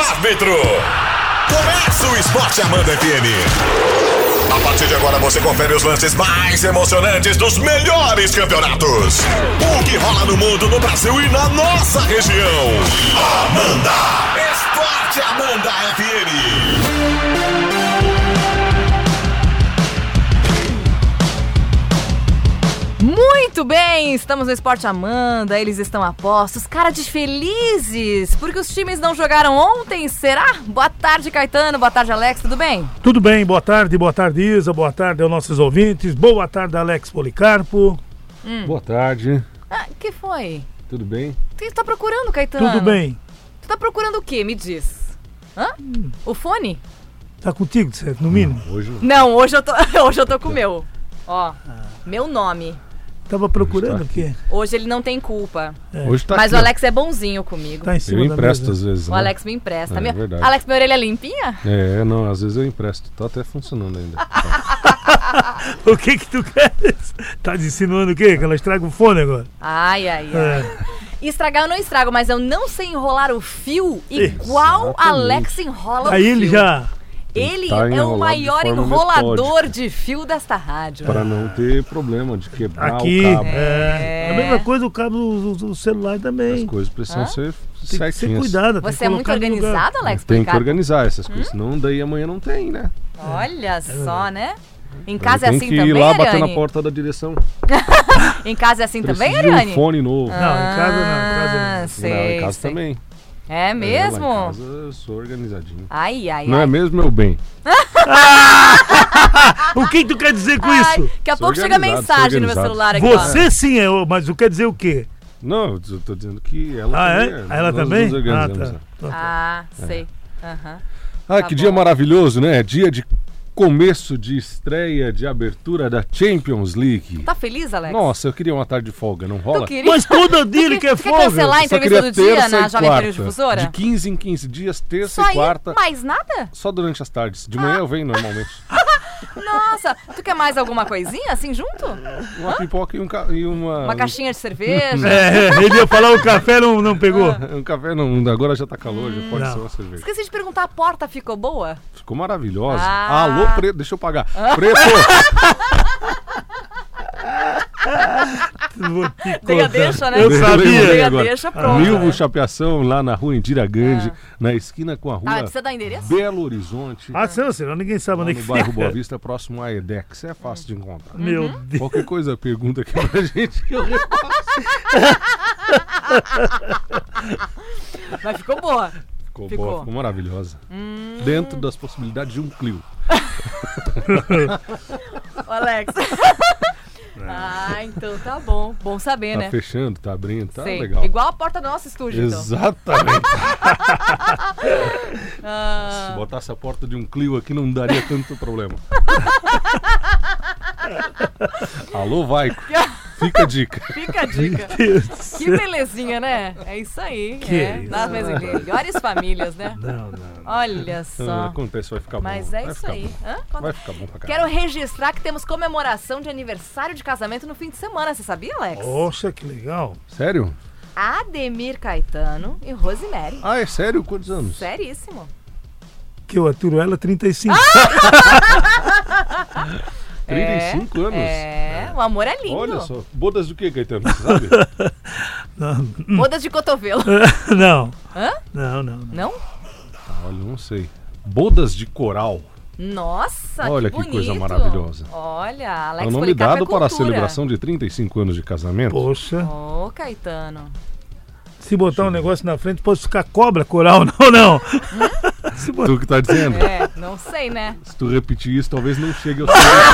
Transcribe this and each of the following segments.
árbitro. Começa o Esporte Amanda FM. A partir de agora você confere os lances mais emocionantes dos melhores campeonatos. O que rola no mundo, no Brasil e na nossa região. Amanda. Esporte Amanda FM. Muito bem, estamos no Esporte Amanda, eles estão a postos, cara de felizes, porque os times não jogaram ontem, será? Boa tarde, Caetano, boa tarde, Alex, tudo bem? Tudo bem, boa tarde, Isa, boa tarde aos nossos ouvintes, boa tarde, Alex Policarpo. Boa tarde. Ah, que foi? Tudo bem? O que você tá procurando, Caetano? Tudo bem. Tu tá procurando o quê, me diz? Hã? O fone? Tá contigo, certo, no mínimo? Hoje não. Não, hoje eu tô com o meu, ó, meu nome. Tava procurando o quê? Hoje ele não tem culpa. Hoje tá Mas aqui, o Alex é bonzinho comigo. Tá em cima eu da empresto mesa. às vezes. O né? Alex me empresta. É verdade. Alex, minha orelha é limpinha? Não, às vezes eu empresto. Tá até funcionando ainda. O que tu queres? Tá insinuando o quê? Que ela estraga o fone agora? Ai. É. Estragar eu não estrago, mas eu não sei enrolar o fio igual Exatamente. Alex enrola o Aí fio. ele já... Ele tá é o enrolado maior de forma enrolador metódica. de fio desta rádio. Para não ter problema de quebrar Aqui, o cabo. é a mesma coisa o cabo do celular também. As coisas precisam ser Tem que ser certinhas. cuidado. Você é muito organizado, Alex? Tem que Policarpo? organizar essas coisas, senão daí amanhã não tem, né? Olha só, né? Em casa é Tem assim que ir também, lá bater na Ariane? porta da direção. Em casa é assim também, Preciso de um Ariane? fone novo. Não, em casa não. Em casa Ah, não. sei, Não, em casa sei. também. É mesmo? Lá em casa eu sou organizadinho. Ai. Não é mesmo, meu bem? O que tu quer dizer com Ai, isso? daqui a Sou pouco chega organizado, mensagem sou no meu celular aqui. Você sim é, mas tu quer dizer o quê? Não, eu tô dizendo que ela Ah, também é? Ela Nós também? nos organizamos, tá. né? Ah, sei. Aham. Ah, Tá que bom. dia maravilhoso, né? Dia de começo de estreia, de abertura da Champions League. Tá feliz, Alex? Nossa, eu queria uma tarde de folga, não Tu rola? queria? Mas todo dia ele quer Tu quer folga. cancelar a Só entrevista queria do dia terça na e Jovem quarta. Pan Difusora? De 15 em 15 dias, terça Só e quarta. aí, mais nada? Só durante as tardes. De manhã eu venho normalmente. Nossa, tu quer mais alguma coisinha assim junto? Uma pipoca e uma... Uma caixinha de cerveja? Ele ia falar o café, não pegou. Um café, não, agora já tá calor, já pode Não. ser uma cerveja. Esqueci de perguntar, a porta ficou boa? Ficou maravilhosa. Ah. Alô, Preto, deixa eu pagar. Preto! Vou te Dei a contar. deixa, né? Eu Dei sabia. a deixa, pronto. Milvo Chapeação, lá na rua Indira Grande, na esquina com a rua Ah, precisa dar endereço? Belo Horizonte. Ah, senão ninguém sabe Lá onde é no que bairro fica. Boa Vista, próximo à EDEX. É fácil de encontrar. Meu Uhum. Deus. Qualquer coisa, pergunta aqui pra gente que eu repasso. Mas ficou boa. Ficou Ficou. boa, ficou maravilhosa. Dentro das possibilidades de um Clio. Ô, Alex. Ah, então tá bom. Bom saber, Tá né? fechando, tá abrindo, tá Sei. legal. Igual a porta do nosso estúdio, então. Exatamente. Ah, Se botasse a porta de um Clio aqui não daria tanto problema. Alô, Vaico. Fica a dica. fica a dica. Deus do Que céu. belezinha, né? É isso aí. Que é. isso. Das melhores famílias, né? Não. Olha só. Acontece, vai ficar bom. Mas é Vai isso ficar aí. bom. Hã? Conta- Vai ficar bom pra Quero caramba. registrar que temos comemoração de aniversário de casamento no fim de semana. Você sabia, Alex? Poxa, que legal. Sério? Ademir Caetano e Rosemary. Ah, é sério? Quantos anos? Seríssimo. Que eu aturo ela 35. 35 anos? É, o amor é lindo. Olha só. Bodas do que, Caetano? Você sabe? Bodas de cotovelo. Não. Hã? Não. Não? Olha, não sei. Bodas de coral. Nossa, Olha que que bonito. coisa maravilhosa. Olha, É Alex o nome Policarpo dado para a cultura. celebração de 35 anos de casamento. Poxa. Ô, Caetano. Se botar um negócio na frente, pode ficar cobra coral, não. Se botar... Tu que tá dizendo? É, não sei, né? Se tu repetir isso, talvez não chegue ao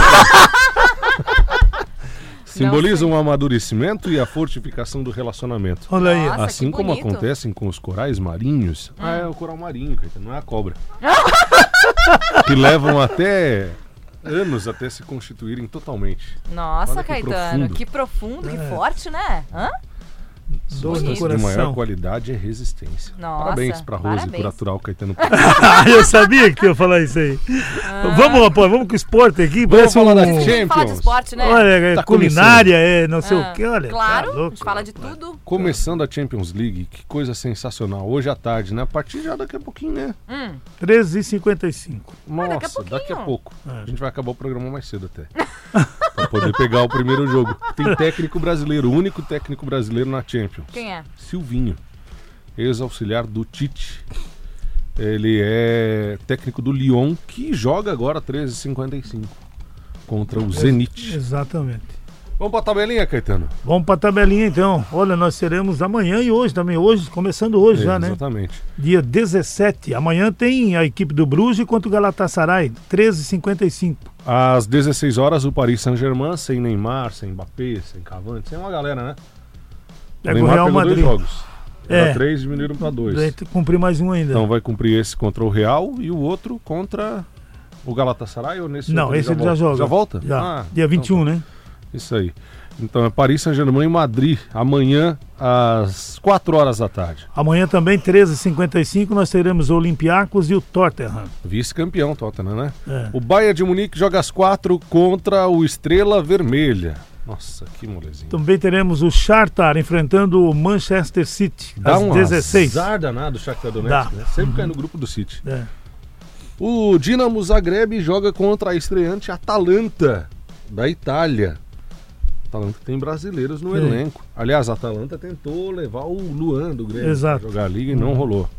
Simboliza um amadurecimento e a fortificação do relacionamento. Olha aí. Nossa, Assim que como bonito. acontecem com os corais marinhos. Ah, é o coral marinho, Caetano, não é a cobra. Que levam até anos até se constituírem totalmente. Nossa, Olha que Caetano, profundo. que profundo, que forte, né? Hã? Dor no De maior coração. qualidade é resistência. Nossa, Parabéns pra Rose parabéns. por aturar o Caetano. Eu sabia que tu ia falar isso aí. Vamos, rapaz, vamos com o esporte aqui. Parece falar da um... Champions. Fala de esporte, né? Olha, é Tá culinária, não sei Ah, o que, olha. claro, tá a louco, gente fala de rapaz. tudo. Começando a Champions League, que coisa sensacional. Hoje à tarde, né? A partir já daqui a pouquinho, né? 13h55. daqui a Nossa, daqui a pouquinho. pouco. É. A gente vai acabar o programa mais cedo até. Pra poder pegar o primeiro jogo. Tem técnico brasileiro, o único técnico brasileiro na Champions. Quem é? Silvinho, ex-auxiliar do Tite. Ele é técnico do Lyon, que joga agora 13h55 contra o Zenit. Exatamente. Vamos pra tabelinha, Caetano? Vamos pra tabelinha então. Olha, nós teremos amanhã e hoje também. Hoje, começando hoje já, né? Exatamente. Dia 17. Amanhã tem a equipe do Bruges contra o Galatasaray, 13h55. Às 16 horas, o Paris Saint-Germain, sem Neymar, sem Mbappé, sem Cavani, sem uma galera, né? Pega o Real pegou Madrid. 2 jogos. Era É. 3, diminuíram para 2. Vai cumprir mais um ainda. Então vai cumprir esse contra o Real e o outro contra o Galatasaray ou nesse Não, outro esse ele já joga. Já volta? Já. Ah, Dia 21, então, né? Isso aí. Então é Paris Saint-Germain e Madrid, amanhã às 4 horas da tarde. Amanhã também, 13h55, nós teremos o Olympiacos e o Tottenham. Vice-campeão, Tottenham, né? É. O Bayern de Munique joga às 4 contra o Estrela Vermelha. Nossa, que molezinho. Também teremos o Shakhtar enfrentando o Manchester City, Dá às um 16h. azar danado o Shakhtar Donetsk, Dá. né? Sempre cai no grupo do City. É. O Dinamo Zagreb joga contra a estreante Atalanta, da Itália. Atalanta tem brasileiros no Sim. elenco. Aliás, a Atalanta tentou levar o Luan do Grêmio Exato. pra jogar a liga e não rolou.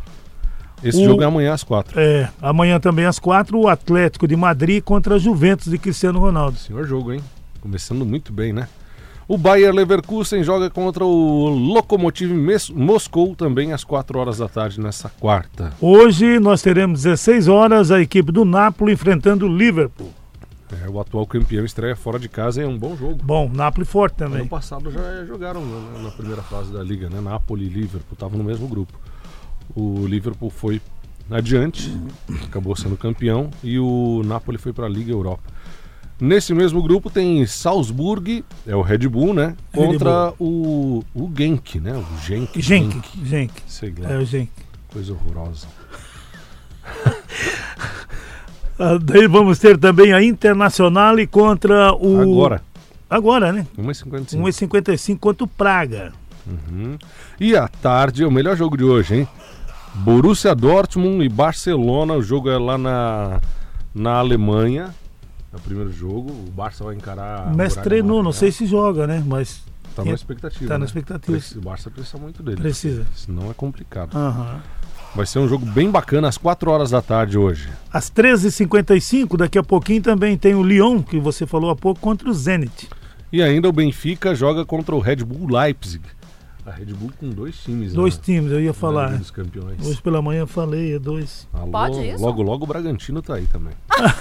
Esse O- jogo é amanhã às 4. Amanhã também às 4, o Atlético de Madrid contra a Juventus de Cristiano Ronaldo. Senhor jogo, hein? Começando muito bem, né? O Bayer Leverkusen joga contra o Lokomotiv Moscou também às 4 horas da tarde nessa quarta. Hoje nós teremos 16 horas a equipe do Napoli enfrentando o Liverpool. O atual campeão estreia fora de casa e é um bom jogo. Bom, Napoli forte também. Ano passado já jogaram na primeira fase da liga, né? Napoli e Liverpool estavam no mesmo grupo. O Liverpool foi adiante, acabou sendo campeão, e o Napoli foi para a Liga Europa. Nesse mesmo grupo tem Salzburg, é o Red Bull, né? Red Contra o Genk, né? O Genk. Genk. Sei lá, É o Genk. coisa horrorosa. Daí vamos ter também a Internacional contra o... Agora, né? 1h55. 1h55 contra o Praga. Uhum. E à tarde é o melhor jogo de hoje, hein? Borussia Dortmund e Barcelona. O jogo é lá na Alemanha. É o primeiro jogo. O Barça vai encarar. O mestre treinou, não sei se joga, né? Mas Tá na expectativa. tá na né? expectativa. O Barça precisa muito dele. Precisa. Senão é complicado. Aham. Vai ser um jogo bem bacana às 4 horas da tarde hoje. Às 13h55, daqui a pouquinho também tem o Lyon, que você falou há pouco, contra o Zenit. E ainda o Benfica joga contra o Red Bull Leipzig. A Red Bull com 2 times. Dois né? times, eu ia Na falar. Liga dos Campeões. Hoje pela manhã eu falei, é 2. Alô, Pode isso? Logo o Bragantino tá aí também.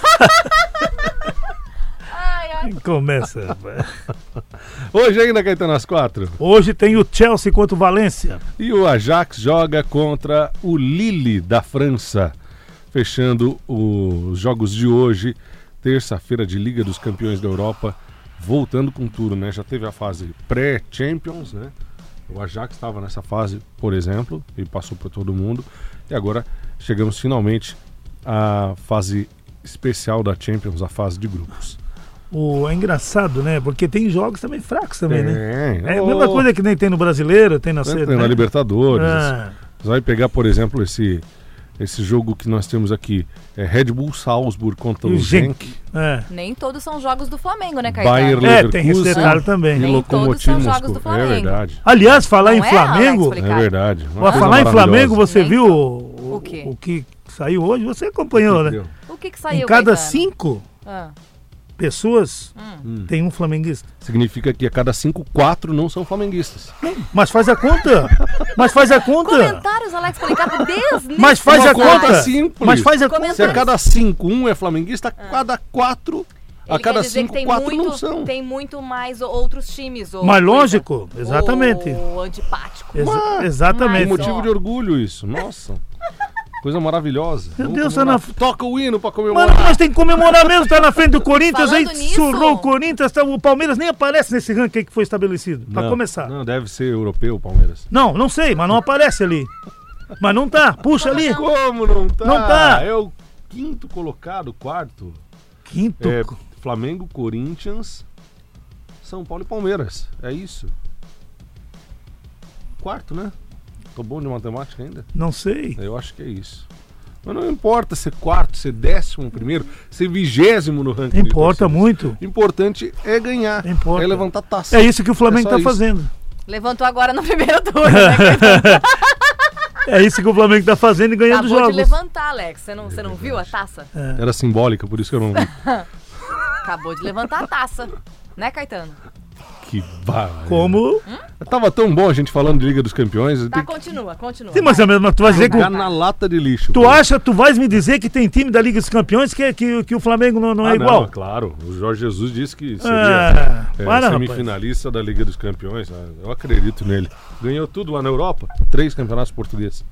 Começa, rapaz. Hoje ainda, Caetano, às 4. Hoje tem o Chelsea contra o Valência. E o Ajax joga contra o Lille da França. Fechando os jogos de hoje, terça-feira de Liga dos Campeões da Europa, voltando com tudo, né? Já teve a fase pré-Champions, né? O Ajax estava nessa fase, por exemplo, e passou por todo mundo. E agora chegamos finalmente à fase especial da Champions, a fase de grupos. É engraçado, né? Porque tem jogos também fracos também, né? É a Ô, mesma coisa que nem tem no Brasileiro, tem na tem série. na Libertadores. Ah, Você vai pegar, por exemplo, esse jogo que nós temos aqui, Red Bull Salzburg contra e o o Genk. Genk. É. Nem todos são jogos do Flamengo, né, Caetano? Bayer Tem esse Leverkusen detalhe também. e Nem todos Lokomotiv são jogos do Moscou. É Flamengo. verdade. Aliás, falar Não em é, Flamengo, Alex? É verdade. Uma Vou coisa falar em Flamengo, maravilhosa. você Nem viu O quê? o que saiu hoje? Você acompanhou, né? Entendeu? O que saiu, Em cada Caetano? 5 Ah. pessoas, tem um flamenguista. Significa que a cada 5, 4 não são flamenguistas. Mas faz a conta. Mas faz a conta. Comentários, Alex Policarpo, desnecessários. Mas faz a Uma conta. simples. Mas faz a Comentários. Se conta. a cada 5, 1 é flamenguista, a cada 4, a Ele cada quer dizer 5, que tem 4 não são. muito, tem muito mais outros times. Ou Mas coisa. lógico, exatamente. Ou antipático. Mas- Exatamente. É motivo de orgulho isso. Nossa. Coisa maravilhosa. Meu Deus, tá toca o hino pra comemorar. Mano, nós tem que comemorar mesmo, tá na frente do Corinthians, Falando aí nisso... surrou o Corinthians, o Palmeiras nem aparece nesse ranking aí que foi estabelecido, pra começar. Não, deve ser europeu o Palmeiras. Não sei, mas não aparece ali. Mas não tá, puxa ali. Como não tá? Não tá. É o quinto colocado, quarto. Quinto. É Flamengo, Corinthians, São Paulo e Palmeiras. É isso. Quarto, né? Tô bom de matemática ainda? Não sei. Eu acho que é isso. Mas não importa ser quarto, ser 11º, ser 20º no ranking. Importa muito. Importante é ganhar. Importa. É levantar taça. É isso que o Flamengo tá isso. fazendo. Levantou agora no primeiro turno, né? É isso que o Flamengo tá fazendo e ganhando Acabou jogos. de levantar, Alex. Você não viu a taça? Era simbólica, por isso que eu não vi. Acabou de levantar a taça. Né, Caetano? Que barra. Como? Tava tão bom a gente falando de Liga dos Campeões. Tá, continua. Sim, mas é mesmo, tu vai dizer que Jogar na lata de lixo. tu vais me dizer que tem time da Liga dos Campeões que o Flamengo não é igual? Não, claro. O Jorge Jesus disse que seria semifinalista da Liga dos Campeões. Eu acredito nele. Ganhou tudo lá na Europa. 3 campeonatos portugueses.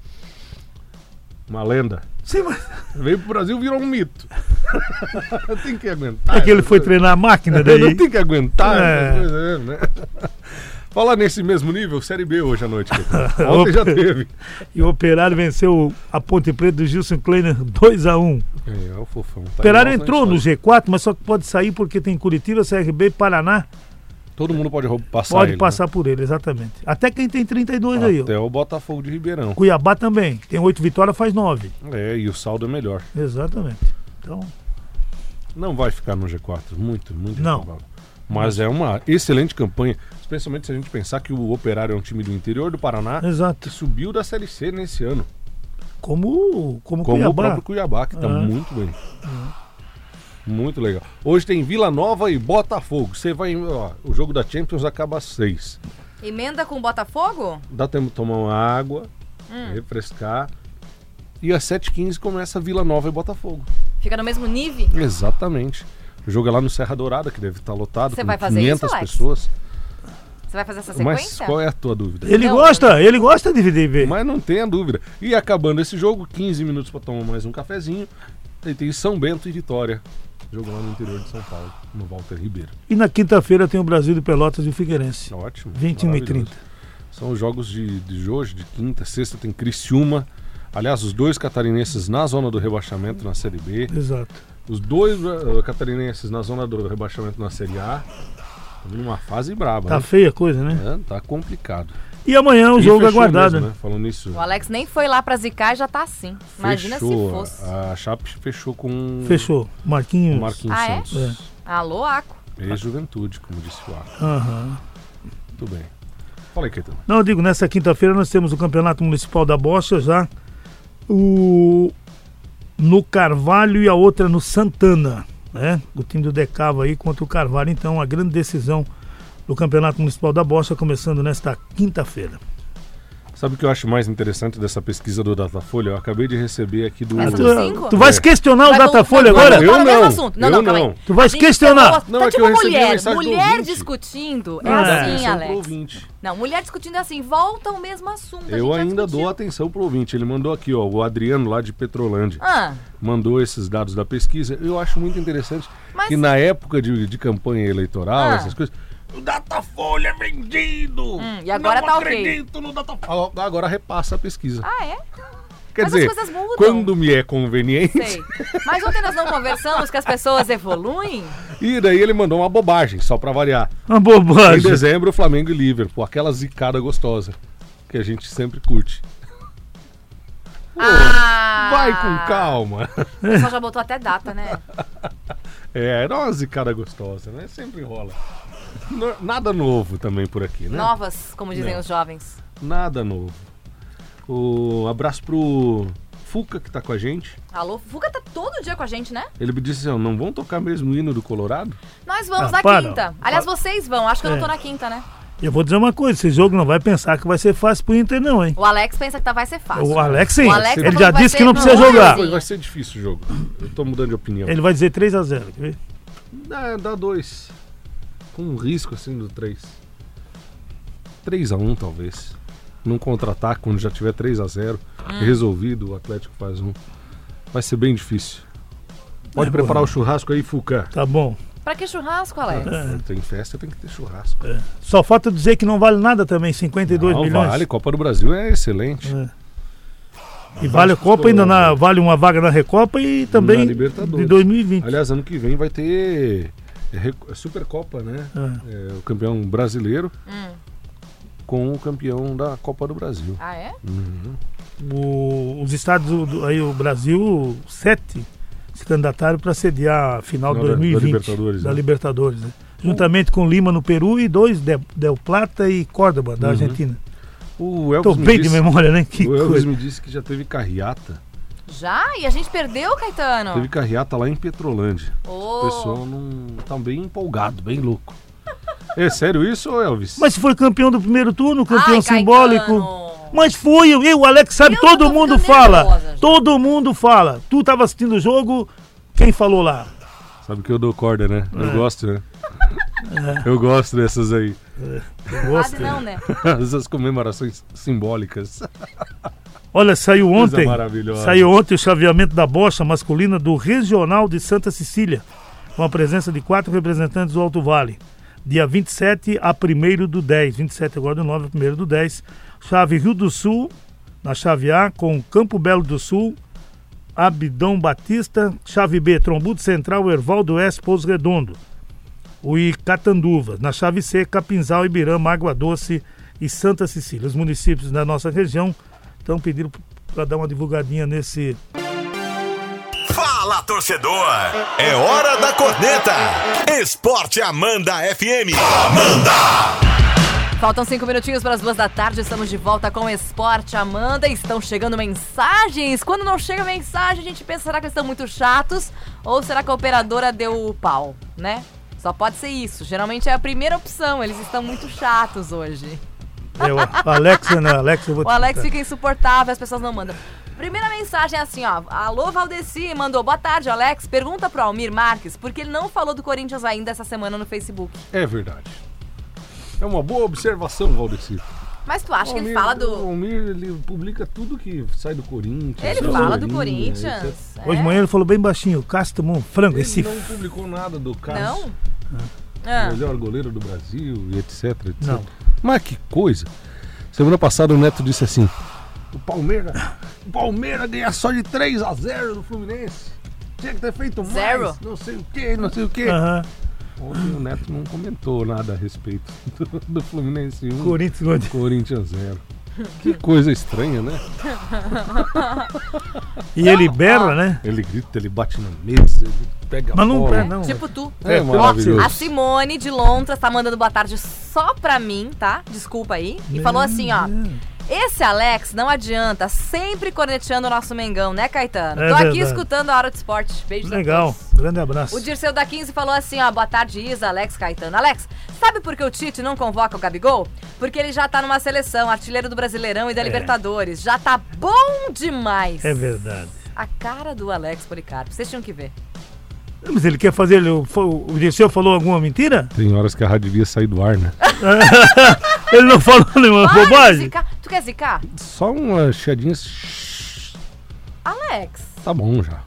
Uma lenda. Sim, mas... Veio pro Brasil e virou um mito. Tem que aguentar. É que ele foi treinar a máquina daí. Não tem que aguentar. Né? Falar nesse mesmo nível, Série B hoje à noite. Ontem já teve. E o Operário venceu a Ponte Preta do Gilson Kleiner 2-1. É o fofão. O Operário entrou no G4, mas só que pode sair porque tem Curitiba, CRB e Paraná. Todo mundo pode passar Pode ele, passar por ele, exatamente. Até quem tem 32 aí, ó. Até o Botafogo de Ribeirão. Cuiabá também. Tem 8 vitórias, faz 9. E o saldo é melhor. Exatamente. Então... Não vai ficar no G4. Muito não. Improvável. Mas é uma excelente campanha. Especialmente se a gente pensar que o Operário é um time do interior do Paraná. Exato. Que subiu da Série C nesse ano. Como Cuiabá. O próprio Cuiabá, que tá muito bem. Muito legal. Hoje tem Vila Nova e Botafogo. Você vai. O jogo da Champions acaba às 6. Emenda com o Botafogo? Dá tempo de tomar uma água, refrescar. E às 7h15 começa Vila Nova e Botafogo. Fica no mesmo nível? Exatamente. O jogo é lá no Serra Dourada, que deve estar lotado. Você com vai fazer 500 isso, Alex? pessoas. Você vai fazer essa sequência? Mas qual é a tua dúvida? Ele gosta de ver. Mas não tenha dúvida. E acabando esse jogo, 15 minutos para tomar mais um cafezinho. Aí tem São Bento e Vitória. Jogo lá no interior de São Paulo, no Walter Ribeiro. E na quinta-feira tem o Brasil de Pelotas e o Figueirense. Ótimo. 21h30. São os jogos de hoje, de quinta, sexta tem Criciúma. Aliás, os 2 catarinenses na zona do rebaixamento na Série B. Exato. Os 2 catarinenses na zona do rebaixamento na Série A. Numa fase braba. Tá feia a coisa, né? Tá complicado. E amanhã o jogo aguardado, mesmo, né? Falando nisso. O Alex nem foi lá pra zicar e já tá assim. Imagina se fosse. A Chape fechou com... Fechou. Marquinhos Santos. É? Alô, Aco. Ex-juventude, como disse o Aco. Muito bem. Fala aí, Caetano. Não, eu digo, nessa quinta-feira nós temos o Campeonato Municipal da Bocha já. No Carvalho e a outra no Santana, né? O time do Decava aí contra o Carvalho. Então, a grande decisão do Campeonato Municipal da Bocha começando nesta quinta-feira. Sabe o que eu acho mais interessante dessa pesquisa do Datafolha? Eu acabei de receber aqui do... Tu vais questionar o Datafolha agora? Eu não. Assunto. Não, calma aí. Tu vais questionar. Não, tá tipo mulher discutindo. É assim, Alex. Não, mulher discutindo é assim, volta ao mesmo assunto. Eu ainda dou atenção pro ouvinte. Ele mandou aqui, ó, o Adriano lá de Petrolândia. Mandou esses dados da pesquisa. Eu acho muito interessante que na época de campanha eleitoral, essas coisas... O Datafolha é vendido! E agora não tá acredito no Datafolha. Agora repassa a pesquisa. Quer Mas dizer, as coisas mudam. Quando me é conveniente... Sei. Mas ontem nós não conversamos que as pessoas evoluem? E daí ele mandou uma bobagem, só pra variar. Uma bobagem. Em dezembro, Flamengo e Liverpool. Aquela zicada gostosa que a gente sempre curte. Vai com calma. O pessoal já botou até data, né? Era uma zicada gostosa, né? Sempre rola. Nada novo também por aqui, né? Novas, como dizem os jovens. Nada novo. Abraço pro Fuca, que tá com a gente. Alô, Fuca tá todo dia com a gente, né? Ele me disse assim, não vão tocar mesmo o hino do Colorado? Nós vamos na quinta. Aliás, vocês vão. Acho que eu não tô na quinta, né? Eu vou dizer uma coisa, esse jogo não vai pensar que vai ser fácil pro Inter não, hein? O Alex pensa que vai ser fácil. O Alex sim, ele já disse que não precisa jogar. Vai ser difícil o jogo, eu tô mudando de opinião. Ele vai dizer 3-0, quer ver? Dá 2. Com um risco assim do 3. 3-1 talvez. num contra-ataque, quando já tiver 3-0, resolvido, o Atlético faz um. Vai ser bem difícil. Pode preparar o churrasco aí, Fuca. Tá bom. Pra que churrasco, Alex? Tem festa, tem que ter churrasco. Só falta dizer que não vale nada também, 52 Não, milhões. vale, Copa do Brasil é excelente. E vale a Copa, ainda vale uma vaga na Recopa e também Na Libertadores. de 2020. Aliás, ano que vem vai ter Supercopa, né? O campeão brasileiro com o campeão da Copa do Brasil. Ah, é? Os estados, aí o Brasil, 7 se candidataram para sediar a final de 2020 da Libertadores, né? Juntamente com Lima no Peru e 2 Del Plata e Córdoba da Argentina. O Elvis Tô bem de memória, né? Que o Elvis coisa. me disse que já teve carreata. Já? E a gente perdeu, Caetano? Teve carreata lá em Petrolândia. Oh. O pessoal não tá bem empolgado, bem louco. É sério isso, Elvis? Mas se foi campeão do primeiro turno, campeão Ai, simbólico. Caetano. Mas foi, o Alex sabe, Eu todo tô mundo ficando fala. nervosa já. Todo mundo fala. Tu tava assistindo o jogo, quem falou lá? Sabe que eu dou corda, né? Eu gosto, né? Eu gosto dessas aí. Quase não, né? Essas comemorações simbólicas. Olha, saiu Coisa ontem maravilhosa. o chaveamento da bocha masculina do Regional de Santa Cecília, com a presença de 4 representantes do Alto Vale. Dia 27 a 1º do 10, 27 agora do 9 a 1º do 10, chave Rio do Sul, na chave A, com Campo Belo do Sul, Abidão Batista, chave B, Trombudo Central, Ervaldo Oeste, Pouso Redondo. O Catanduva, na chave C, Capinzal, Ibirama, Água Doce e Santa Cecília. Os municípios da nossa região estão pedindo para dar uma divulgadinha nesse... Fala, torcedor! É hora da corneta! Esporte Amanda FM. Amanda! Faltam 5 minutinhos para as 2 da tarde, estamos de volta com o Esporte Amanda. Estão chegando mensagens. Quando não chega mensagem, a gente pensa, será que eles estão muito chatos? Ou será que a operadora deu o pau, né? Só pode ser isso. Geralmente é a primeira opção, eles estão muito chatos hoje. O Alex, né? Alex, eu vou O Alex fica insuportável, as pessoas não mandam. Primeira mensagem é assim, ó. Alô, Valdeci, mandou: boa tarde, Alex. Pergunta pro Almir Marques, porque ele não falou do Corinthians ainda essa semana no Facebook. É verdade. É uma boa observação, Valdeci. Mas tu acha que ele fala do... O Almir, ele publica tudo que sai do Corinthians. Ele fala do Corinthians. Etc. Hoje de manhã ele falou bem baixinho, Cássio tomou um frango, Ele esse... não publicou nada do Cássio. Não? O melhor goleiro do Brasil, e etc, etc. Não. Mas que coisa. Semana passada o Neto disse assim: o Palmeiras ganha só de 3-0 do Fluminense. Tinha que ter feito mais. Zero. Não sei o que, não sei o que. Aham. Ontem o Neto não comentou nada a respeito do Fluminense 1, Corinthians 0. Que coisa estranha, né? E ele berra, né? Ele grita, ele bate na mesa, ele pega Mas a não bola. é, não. Tipo tu. É Ó, maravilhoso. A Simone de Lontras tá mandando boa tarde só pra mim, tá? Desculpa aí. E falou assim, ó: esse Alex não adianta, sempre corneteando o nosso Mengão, né, Caetano? É Tô aqui verdade. escutando a Hora do Esporte. Beijos a Legal, todos. grande abraço. O Dirceu da 15 falou assim, ó: boa tarde, Isa, Alex, Caetano. Alex, sabe por que o Tite não convoca o Gabigol? Porque ele já tá numa seleção, artilheiro do Brasileirão e da Libertadores. Já tá bom demais. É verdade. A cara do Alex Policarpo, vocês tinham que ver. Mas ele quer fazer, o Dirceu falou alguma mentira? Tem horas que a rádio devia sair do ar, né? Ele não falou nenhuma Para de bobagem? zicar. Tu quer zicar? Só uma chiadinha. Alex. Tá bom já.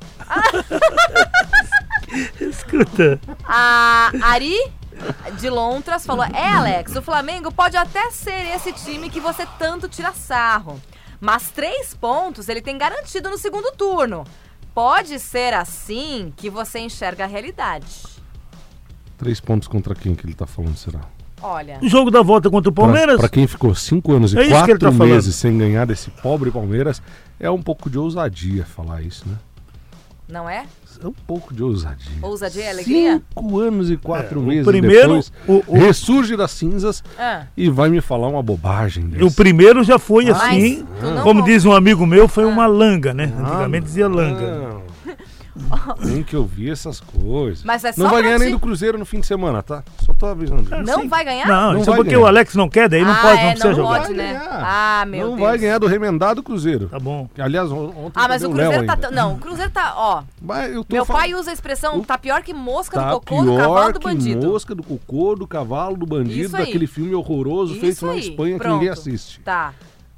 Escuta. A Ari de Lontras falou: Alex, o Flamengo pode até ser esse time que você tanto tira sarro, mas 3 pontos ele tem garantido no segundo turno. Pode ser assim que você enxerga a realidade. 3 pontos contra quem que ele tá falando, será? Olha, O jogo da volta contra o Palmeiras? Pra quem ficou 5 anos e É isso que ele 4 tá falando. meses sem ganhar desse pobre Palmeiras, é um pouco de ousadia falar isso, né? não é? É um pouco de ousadia. Ousadia e alegria? 5 anos e 4 o meses primeiro, depois, ressurge das cinzas Ah. e vai me falar uma bobagem dessa. O primeiro já foi Mas assim, tu não como con- diz um amigo meu, foi uma langa, né? Antigamente dizia langa. Não. Tem que ouvir essas coisas. Mas é só não vai pra ganhar ti. nem do Cruzeiro no fim de semana, tá? Só tô avisando. Não vai ganhar? Não, Não isso é vai porque ganhar. o Alex não quer, daí não pode, não precisa não jogar. pode, né? ganhar. Ah, meu Não Deus. vai ganhar do remendado Cruzeiro. Tá bom. Aliás, ontem Ah, mas o perdeu Léo Cruzeiro tá... ainda. Não, o Cruzeiro tá, ó... Mas eu tô Meu falando- pai usa a expressão, tá pior que mosca Tá do cocô do cavalo pior do que bandido. mosca do cocô, do cavalo, do bandido, Isso aí. daquele filme horroroso feito Isso na aí, Espanha que pronto. ninguém assiste. Tá.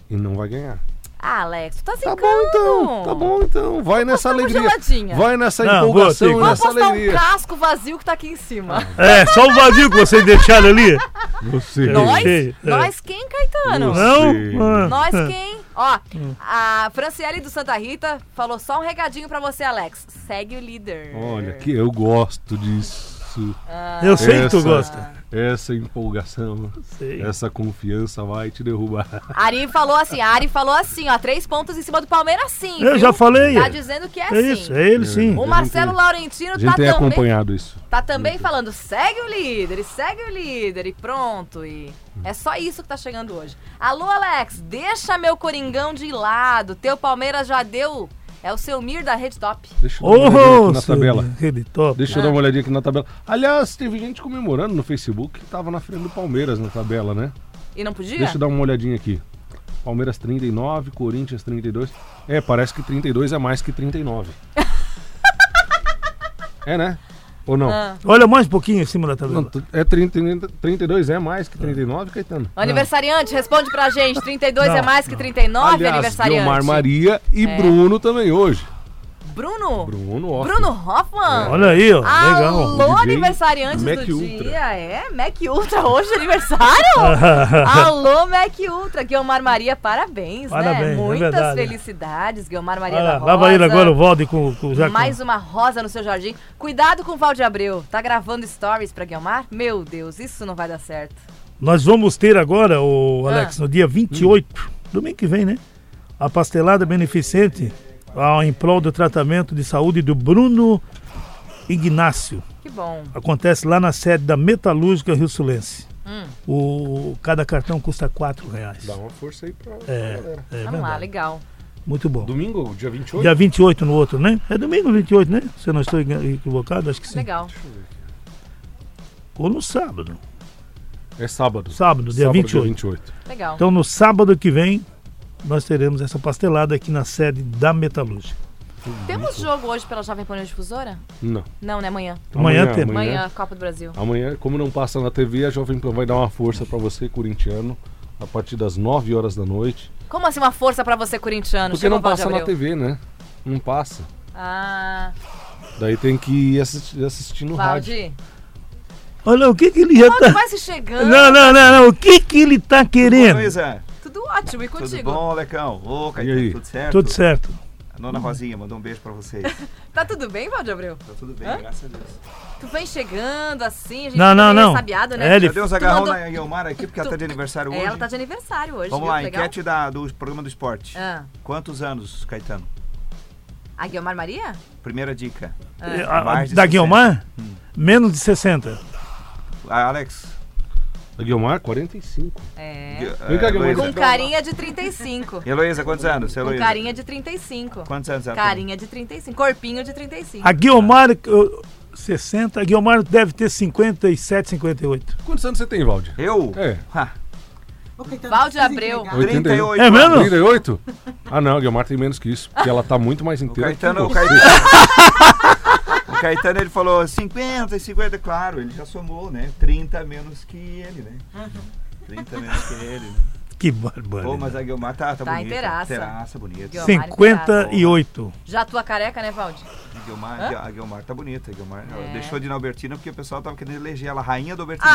E não vai ganhar. Ah, Alex, tu tá Tá zicando. bom então. Vai nessa uma alegria. geladinha. Vai nessa Não, empolgação, vou Vamos nessa postar alegria. um casco vazio que tá aqui em cima. Só o vazio que vocês deixaram ali. Você. Nós? sei, Nós quem, Caetano? Não? Sei. Nós quem? Ó, a Franciele do Santa Rita falou só um recadinho pra você, Alex. Segue o líder. Olha, que eu gosto disso. Eu sei que tu Essa- gosta. Essa empolgação, Sei. essa confiança vai te derrubar. Ari falou assim, ó, 3 pontos em cima do Palmeiras sim, Eu viu? já falei. Tá dizendo que é, É sim. isso, é ele sim. O A Marcelo gente- Laurentino A gente tem acompanhado isso. tá também falando, segue o líder, e pronto. E é só isso que tá chegando hoje. Alô, Alex, deixa meu Coringão de lado, teu Palmeiras já deu, é o seu Mir da Rede Top. Deixa eu dar uma olhadinha aqui na seu tabela. Rede Top. Deixa eu dar uma olhadinha aqui na tabela. Aliás, teve gente comemorando no Facebook que tava na frente do Palmeiras na tabela, né? E não podia? Deixa eu dar uma olhadinha aqui. Palmeiras 39, Corinthians 32. Parece que 32 é mais que 39. É, né? Ou não? Olha mais um pouquinho em cima da tabela. Não, 32 é mais que 39, Caetano. Aniversariante, responde pra gente, 32 é Não, mais que 39, Aliás, aniversariante? Guilmar Maria e Bruno também hoje. Bruno? Bruno, ó. Bruno Hoffman? Olha aí, ó. Legal. Alô, DJ aniversariantes Mac do Ultra. dia. Mac Ultra hoje aniversário? Alô, Mac Ultra. Guilmar Maria, parabéns, Parabéns, né? é Muitas verdade. felicidades, Guilmar Maria Olha da lá, Rosa. lá vai ele agora, o Valde com o Jaco. Mais uma rosa no seu jardim. Cuidado com o Valde Abreu. Tá gravando stories pra Guilmar? Meu Deus, isso não vai dar certo. Nós vamos ter agora, Alex, no dia 28, domingo que vem, né? A pastelada beneficente em prol do tratamento de saúde do Bruno Ignácio. Que bom. Acontece lá na sede da Metalúrgica Rio Sulense. Cada cartão custa R$4. Dá uma força aí pra É galera. Vamos lá, verdade. legal. Muito bom. Domingo, dia 28? Dia 28 no outro, né? É domingo 28, né? Se eu não estou equivocado, acho que sim. Legal. Ou no sábado. É sábado. Sábado, dia 28. Legal. Então no sábado que vem, nós teremos essa pastelada aqui na sede da Metalúrgica. Temos jogo hoje pela Jovem Pan Difusora? Não. Não, né? Amanhã. Amanhã temos. Amanhã, Copa do Brasil. Amanhã, como não passa na TV, a Jovem Pan vai dar uma força pra você, corintiano, a partir das 9 horas da noite. Como assim uma força pra você, corintiano? Porque Chegou não o Valde passa na Abreu. TV, né? Não passa. Ah, Daí tem que ir assistir no rádio. Valde. Olha, o que ele já Valde tá... vai se chegando. Não. O que ele tá querendo? Luísa, Tudo ótimo. E tudo contigo? bom, Lecão? Ô, E aí? Caetano, tudo certo? Tudo certo. A Nona Rosinha mandou um beijo pra vocês. Tá tudo bem, Valde Abreu? Tá tudo bem, Hã? graças a Deus. Tu vem chegando assim, a gente Não, fica meio não. sabiado, né? É, ele- Cadê os agarrão mandou- na Guilmar aqui, porque ela tu- tá de aniversário hoje? Ela tá de aniversário hoje, Vamos viu? lá, Legal? enquete do programa do esporte. Ah. Quantos anos, Caetano? A Guilmar Maria? Primeira dica. Da Mais de 60. Guilmar? Menos de 60. Alex. A Guilmar, 45. É. Vem cá, Guilmar. Heloísa. Com carinha de 35. Heloísa, quantos anos? Com Heloísa? carinha de 35. Quantos anos ela tem? Carinha de 35. Corpinho de 35. A Guilmar, 60. A Guilmar deve ter 57, 58. Quantos anos você tem, Valde? Eu? É. Ha, Valde Abreu. 38 É mesmo? 38? Ah, não, a Guilmar tem menos que isso, porque ela tá muito mais O inteira Caetano, que o você. Caetano, o Caetano, ele falou 50 e 50, claro, ele já somou, né? 30 menos que ele, né? 30 menos que ele, né? Que Pô, barbaridade. mas a Guilmar tá bonita. inteiraça. Inteiraça, bonita. Guilmar. 58. Já tua careca, né, Valde? A Guilmar tá bonita. A Guilmar, ela É. deixou de ir na Albertina porque o pessoal tava querendo eleger ela rainha do Albertina.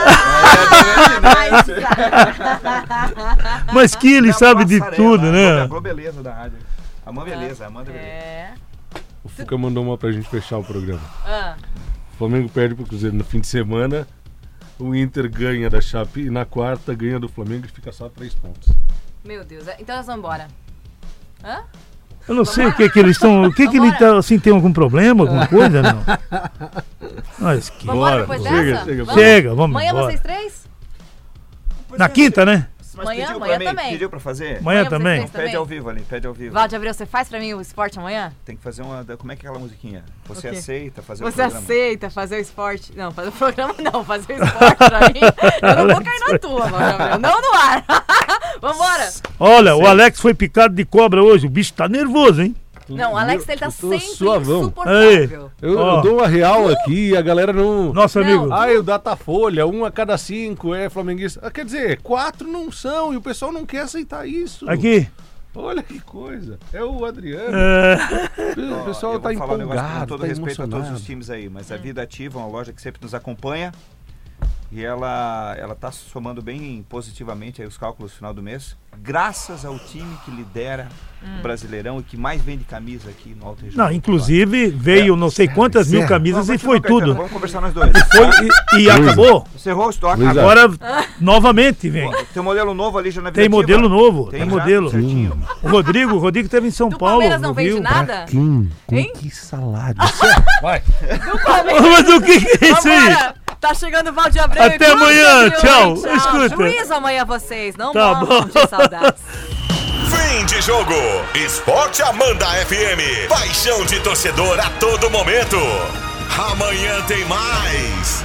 Mas que ele sabe de tudo, A né? Globeleza da rádio. A Mãe Beleza, a Amanda Beleza. É. O Fuca mandou uma pra gente fechar o programa. Ah, O Flamengo perde pro Cruzeiro no fim de semana, o Inter ganha da Chape e na quarta ganha do Flamengo e fica só 3 pontos. meu Deus. Então nós vamos embora. Hã? Eu não sei o que eles estão. O que ele tá assim, tem algum problema, alguma coisa? Não. Mas que. Vamos embora Bora, depois chega, dessa? chega, Vamos? Chega, vamos Amanhã embora. vocês três? Na quinta, né? Mas Amanhã pediu também. pra mim, pediu pra fazer? Amanhã vocês também. três Pede ao vivo ali, pede ao vivo. Valde Abreu, você faz pra mim o esporte amanhã? Tem que fazer uma. Como é que é aquela musiquinha? Você O quê? aceita fazer Você o programa? aceita fazer o esporte? Não, fazer o programa não, fazer o esporte pra mim. Eu não vou cair na tua, Valde Abreu. Não no ar. Vambora. Olha, o Alex foi picado de cobra hoje. O bicho tá nervoso, hein? Não, o Alex, ele tá eu tô sempre suavão. insuportável. Eu dou uma real aqui e a galera não... Nosso amigo. O Datafolha, 1 a cada 5 é flamenguista. Quer dizer, 4 não são e o pessoal não quer aceitar isso. Aqui. Olha que coisa. É o Adriano. O pessoal Eu tá vou falar um negócio empolgado, com todo tá respeito a todos emocionado. os times aí, mas a Vida Ativa é uma loja que sempre nos acompanha e ela tá somando bem positivamente aí os cálculos no final do mês, graças ao time que lidera o Brasileirão e que mais vende camisa aqui no Alto Regional. Não, inclusive veio não sei quantas mil camisas e foi tudo. Vamos conversar nós dois. E acabou. Encerrou o estoque. Luiz, Agora, novamente vem. Tem um modelo novo ali já na Vida Tem Ativa? modelo novo, tem já, modelo. certinho. O Rodrigo esteve em São Do Paulo. Palmeiras não vende viu? nada? Com Hein? que salário? Vai. Do Palmeiras. Mas o que é isso aí? Vambora. Tá chegando o Valdir Abreu. Até e amanhã, Guto tchau. Tchau. Escuta. Juízo amanhã vocês, não Tá morram bom. de saudades. Fim de jogo. Esporte Amanda FM. Paixão de torcedor a todo momento. Amanhã tem mais.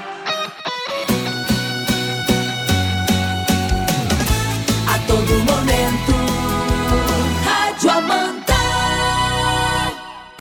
A todo momento.